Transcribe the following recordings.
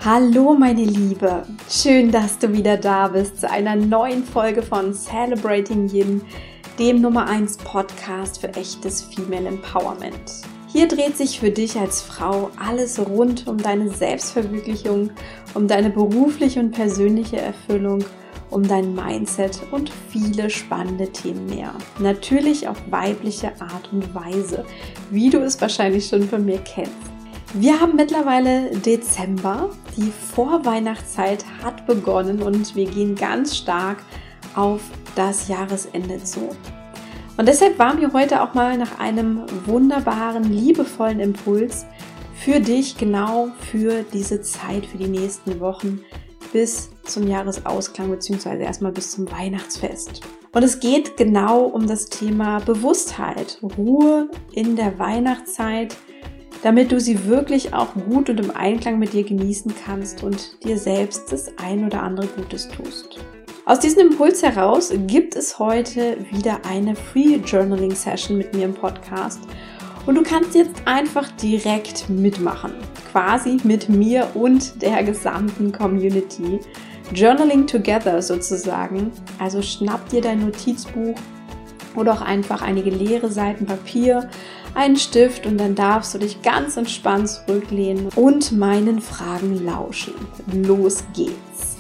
Hallo meine Liebe, schön, dass du wieder da bist zu einer neuen Folge von Celebrating Yin, dem Nummer 1 Podcast für echtes Female Empowerment. Hier dreht sich für dich als Frau alles rund um deine Selbstverwirklichung, um deine berufliche und persönliche Erfüllung, um dein Mindset und viele spannende Themen mehr. Natürlich auf weibliche Art und Weise, wie du es wahrscheinlich schon von mir kennst. Wir haben mittlerweile Dezember, die Vorweihnachtszeit hat begonnen und wir gehen ganz stark auf das Jahresende zu. Und deshalb war mir heute auch mal nach einem wunderbaren, liebevollen Impuls für dich, genau für diese Zeit, für die nächsten Wochen bis zum Jahresausklang bzw. erstmal bis zum Weihnachtsfest. Und es geht genau um das Thema Bewusstheit, Ruhe in der Weihnachtszeit, damit du sie wirklich auch gut und im Einklang mit dir genießen kannst und dir selbst das ein oder andere Gutes tust. Aus diesem Impuls heraus gibt es heute wieder eine Free Journaling Session mit mir im Podcast und du kannst jetzt einfach direkt mitmachen, quasi mit mir und der gesamten Community. Journaling together sozusagen, also schnapp dir dein Notizbuch oder auch einfach einige leere Seiten Papier, einen Stift und dann darfst du dich ganz entspannt zurücklehnen und meinen Fragen lauschen. Los geht's!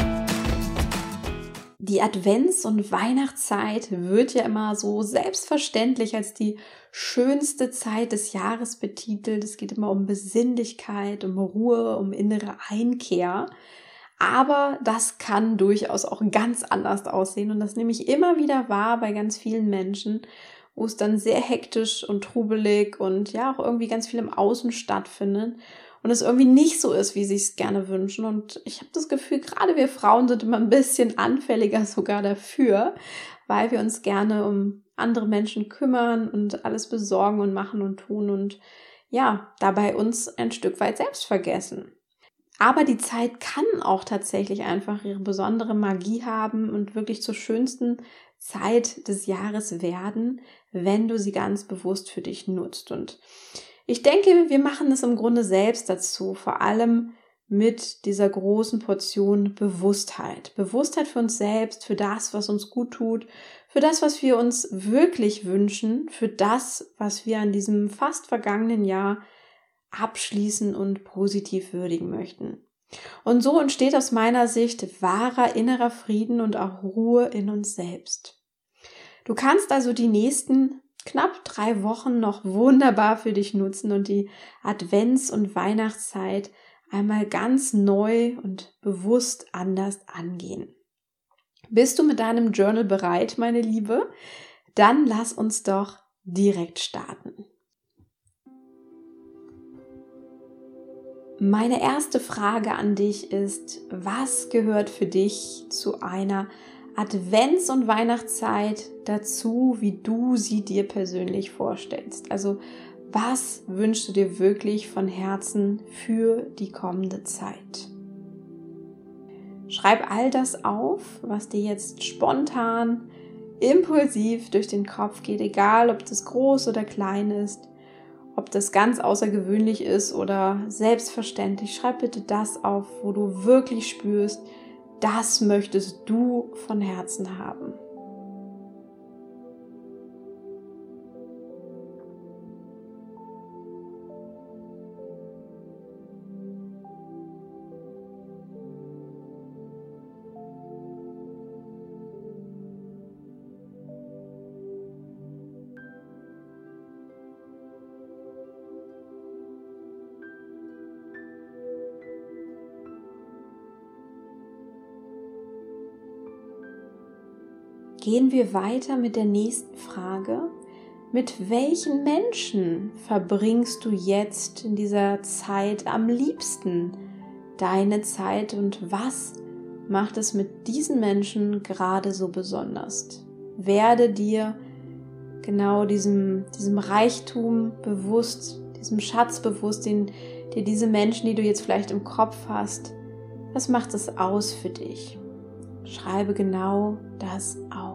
Die Advents- und Weihnachtszeit wird ja immer so selbstverständlich als die schönste Zeit des Jahres betitelt. Es geht immer um Besinnlichkeit, um Ruhe, um innere Einkehr. Aber das kann durchaus auch ganz anders aussehen und das nehme ich immer wieder wahr bei ganz vielen Menschen, wo es dann sehr hektisch und trubelig und ja auch irgendwie ganz viel im Außen stattfindet und es irgendwie nicht so ist, wie sie es gerne wünschen. Und ich habe das Gefühl, gerade wir Frauen sind immer ein bisschen anfälliger sogar dafür, weil wir uns gerne um andere Menschen kümmern und alles besorgen und machen und tun und ja, dabei uns ein Stück weit selbst vergessen. Aber die Zeit kann auch tatsächlich einfach ihre besondere Magie haben und wirklich zur schönsten Zeit des Jahres werden, wenn du sie ganz bewusst für dich nutzt. Und ich denke, wir machen es im Grunde selbst dazu, vor allem mit dieser großen Portion Bewusstheit. Bewusstheit für uns selbst, für das, was uns gut tut, für das, was wir uns wirklich wünschen, für das, was wir an diesem fast vergangenen Jahr abschließen und positiv würdigen möchten. Und so entsteht aus meiner Sicht wahrer innerer Frieden und auch Ruhe in uns selbst. Du kannst also die nächsten knapp 3 Wochen noch wunderbar für dich nutzen und die Advents- und Weihnachtszeit einmal ganz neu und bewusst anders angehen. Bist du mit deinem Journal bereit, meine Liebe? Dann lass uns doch direkt starten. Meine erste Frage an dich ist, was gehört für dich zu einer Advents- und Weihnachtszeit dazu, wie du sie dir persönlich vorstellst? Also, was wünschst du dir wirklich von Herzen für die kommende Zeit? Schreib all das auf, was dir jetzt spontan, impulsiv durch den Kopf geht, egal ob das groß oder klein ist. Ob das ganz außergewöhnlich ist oder selbstverständlich, schreib bitte das auf, wo du wirklich spürst, das möchtest du von Herzen haben. Gehen wir weiter mit der nächsten Frage. Mit welchen Menschen verbringst du jetzt in dieser Zeit am liebsten deine Zeit und was macht es mit diesen Menschen gerade so besonders? Werde dir genau diesem Reichtum bewusst, diesem Schatz bewusst, den dir diese Menschen, die du jetzt vielleicht im Kopf hast, was macht es aus für dich? Schreibe genau das auf.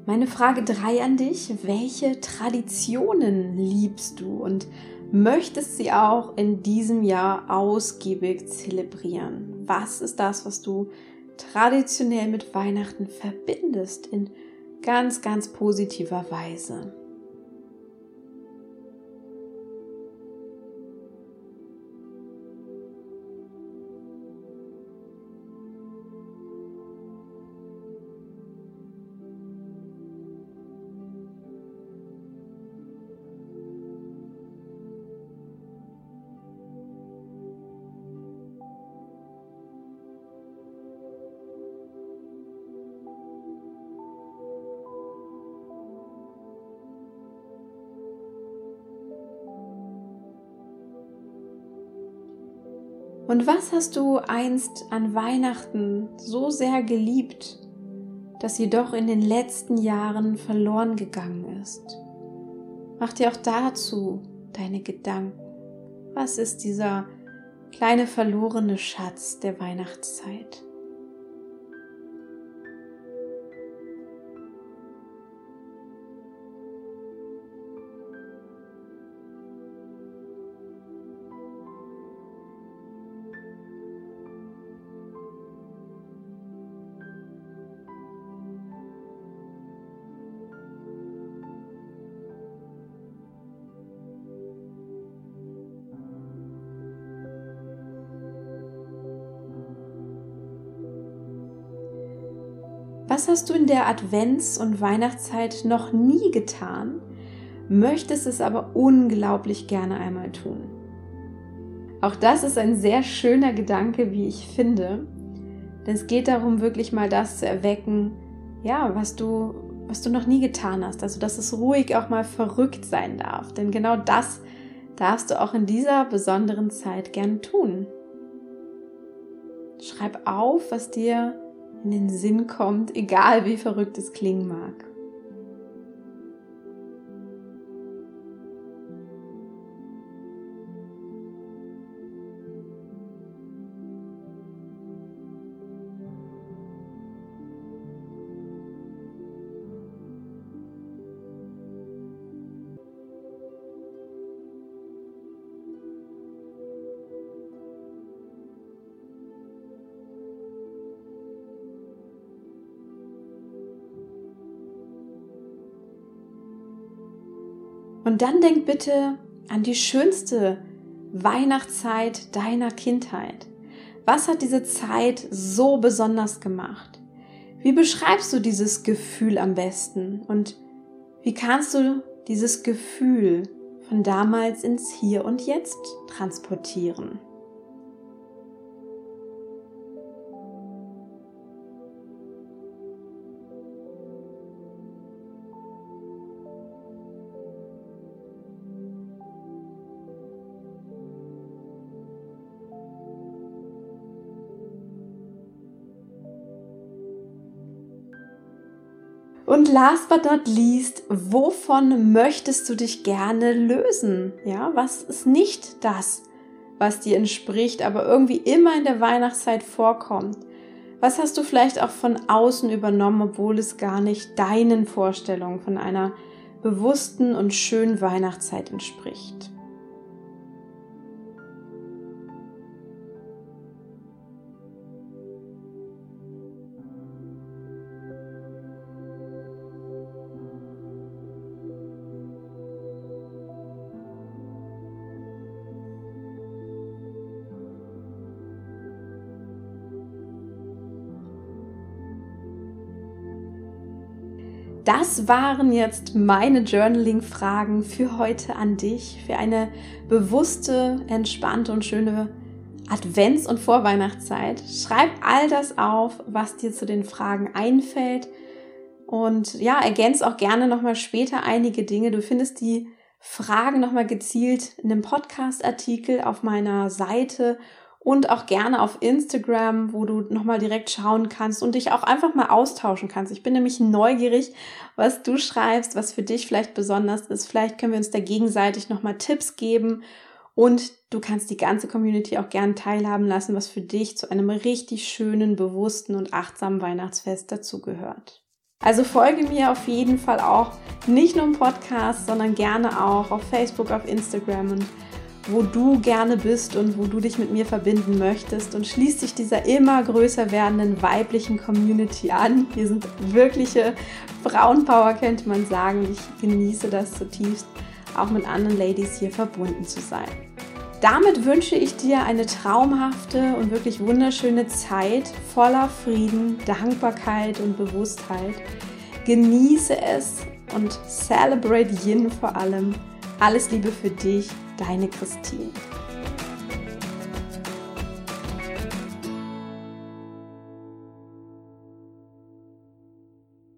Meine Frage 3 an dich: Welche Traditionen liebst du und möchtest sie auch in diesem Jahr ausgiebig zelebrieren? Was ist das, was du traditionell mit Weihnachten verbindest in ganz, ganz positiver Weise? Und was hast du einst an Weihnachten so sehr geliebt, dass jedoch in den letzten Jahren verloren gegangen ist? Mach dir auch dazu deine Gedanken. Was ist dieser kleine verlorene Schatz der Weihnachtszeit? Was hast du in der Advents- und Weihnachtszeit noch nie getan, möchtest es aber unglaublich gerne einmal tun? Auch das ist ein sehr schöner Gedanke, wie ich finde, denn es geht darum, wirklich mal das zu erwecken, ja, was du noch nie getan hast, also dass es ruhig auch mal verrückt sein darf, denn genau das darfst du auch in dieser besonderen Zeit gern tun. Schreib auf, was dir in den Sinn kommt, egal wie verrückt es klingen mag. Und dann denk bitte an die schönste Weihnachtszeit deiner Kindheit. Was hat diese Zeit so besonders gemacht? Wie beschreibst du dieses Gefühl am besten? Und wie kannst du dieses Gefühl von damals ins Hier und Jetzt transportieren? Und last but not least, wovon möchtest du dich gerne lösen? Ja, was ist nicht das, was dir entspricht, aber irgendwie immer in der Weihnachtszeit vorkommt? Was hast du vielleicht auch von außen übernommen, obwohl es gar nicht deinen Vorstellungen von einer bewussten und schönen Weihnachtszeit entspricht? Das waren jetzt meine Journaling-Fragen für heute an dich, für eine bewusste, entspannte und schöne Advents- und Vorweihnachtszeit. Schreib all das auf, was dir zu den Fragen einfällt und ja, ergänz auch gerne nochmal später einige Dinge. Du findest die Fragen nochmal gezielt in einem Podcast-Artikel auf meiner Seite und auch gerne auf Instagram, wo du nochmal direkt schauen kannst und dich auch einfach mal austauschen kannst. Ich bin nämlich neugierig, was du schreibst, was für dich vielleicht besonders ist. Vielleicht können wir uns da gegenseitig nochmal Tipps geben und du kannst die ganze Community auch gerne teilhaben lassen, was für dich zu einem richtig schönen, bewussten und achtsamen Weihnachtsfest dazugehört. Also folge mir auf jeden Fall auch nicht nur im Podcast, sondern gerne auch auf Facebook, auf Instagram und wo du gerne bist und wo du dich mit mir verbinden möchtest, und schließ dich dieser immer größer werdenden weiblichen Community an. Wir sind wirkliche Frauenpower, könnte man sagen. Ich genieße das zutiefst, auch mit anderen Ladies hier verbunden zu sein. Damit wünsche ich dir eine traumhafte und wirklich wunderschöne Zeit voller Frieden, Dankbarkeit und Bewusstheit. Genieße es und celebrate Yin vor allem. Alles Liebe für dich, deine Christine.